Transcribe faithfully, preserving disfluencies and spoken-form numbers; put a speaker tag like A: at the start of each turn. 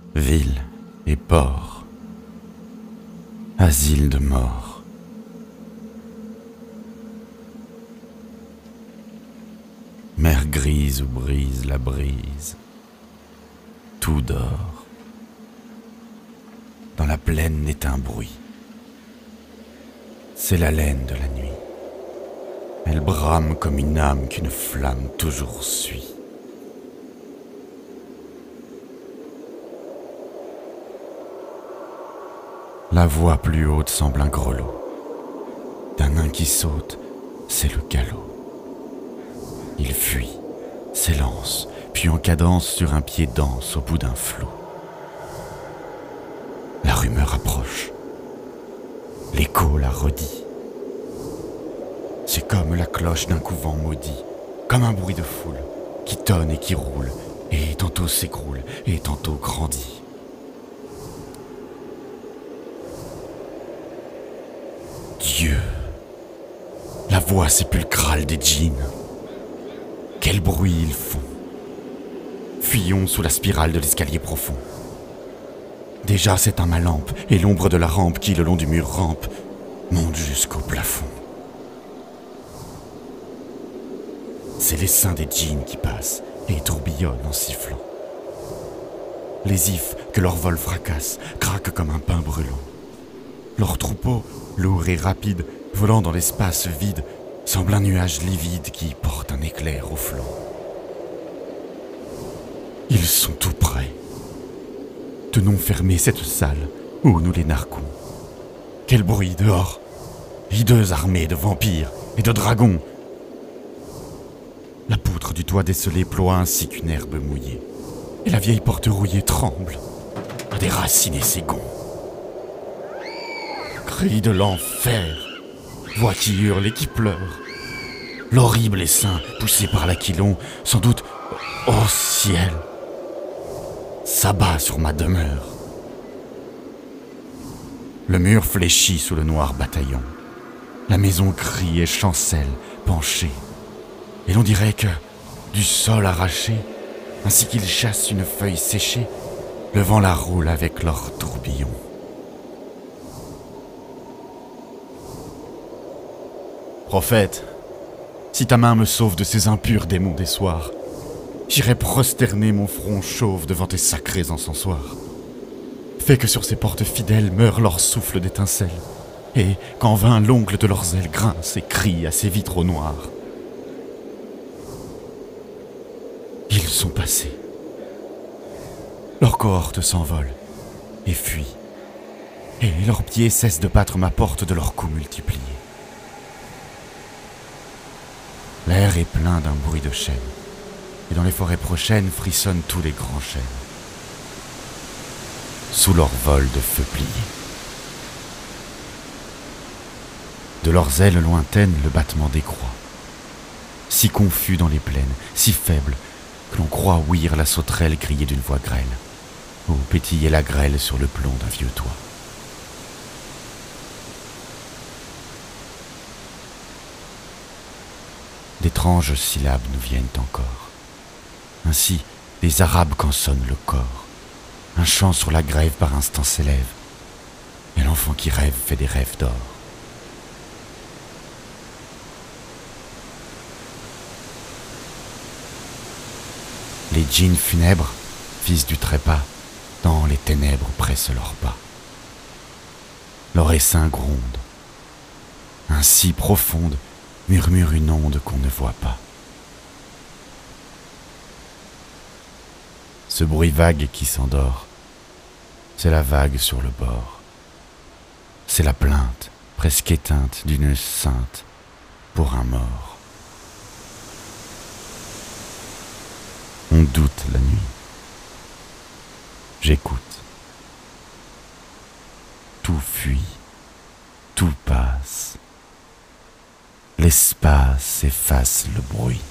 A: ville et port, asile de mort. Mer grise où brise la brise, tout dort. Dans la plaine n'est un bruit. C'est l'haleine de la nuit. Elle brame comme une âme qu'une flamme toujours suit. La voix plus haute semble un grelot. D'un nain qui saute, c'est le galop. Il fuit, s'élance, puis en cadence sur un pied danse au bout d'un flot. La rumeur approche. L'écho la redit. C'est comme la cloche d'un couvent maudit, comme un bruit de foule qui tonne et qui roule, et tantôt s'écroule et tantôt grandit. Dieu, la voix sépulcrale des djinns. Quel bruit ils font. Fuyons sous la spirale de l'escalier profond. Déjà s'éteint ma lampe, et l'ombre de la rampe qui, le long du mur rampe, monte jusqu'au plafond. C'est l'essaim des djinns qui passent et tourbillonnent en sifflant. Les ifs que leur vol fracasse craquent comme un pain brûlant. Leur troupeau, lourd et rapide, volant dans l'espace vide, semble un nuage livide qui porte un éclair au flanc. Ils sont tout près. Tenons fermée cette salle où nous les narquons. Quel bruit dehors! Hideuse armée de vampires et de dragons. La poutre du toit décelé ploie ainsi qu'une herbe mouillée, et la vieille porte rouillée tremble à déraciner ses gonds. Cris de l'enfer, voix qui hurle et qui pleure, l'horrible essaim poussé par l'aquilon, sans doute au ciel, s'abat sur ma demeure. Le mur fléchit sous le noir bataillon, la maison crie et chancelle, penchée, et l'on dirait que, du sol arraché, ainsi qu'ils chassent une feuille séchée, le vent la roule avec leur tourbillon. Prophète, si ta main me sauve de ces impurs démons des soirs, j'irai prosterner mon front chauve devant tes sacrés encensoirs. Fais que sur ces portes fidèles meure leur souffle d'étincelles, et qu'en vain l'ongle de leurs ailes grince et crie à ces vitraux noirs. Ils sont passés. Leur cohorte s'envole et fuit, et leurs pieds cessent de battre ma porte de leurs coups multipliés. L'air est plein d'un bruit de chêne, et dans les forêts prochaines frissonnent tous les grands chênes, sous leur vol de feux pliés. De leurs ailes lointaines, le battement décroît, si confus dans les plaines, si faible, que l'on croit ouïr la sauterelle crier d'une voix grêle, ou pétiller la grêle sur le plomb d'un vieux toit. D'étranges syllabes nous viennent encore. Ainsi, les Arabes qu'en sonne le corps. Un chant sur la grève par instant s'élève, et l'enfant qui rêve fait des rêves d'or. Les djinns funèbres, fils du trépas, dans les ténèbres pressent leurs pas. Leur essaim gronde. Ainsi profonde murmure une onde qu'on ne voit pas. Ce bruit vague qui s'endort, c'est la vague sur le bord. C'est la plainte, presque éteinte, d'une sainte pour un mort. On doute la nuit. J'écoute. Tout fuit, tout passe. L'espace efface le bruit.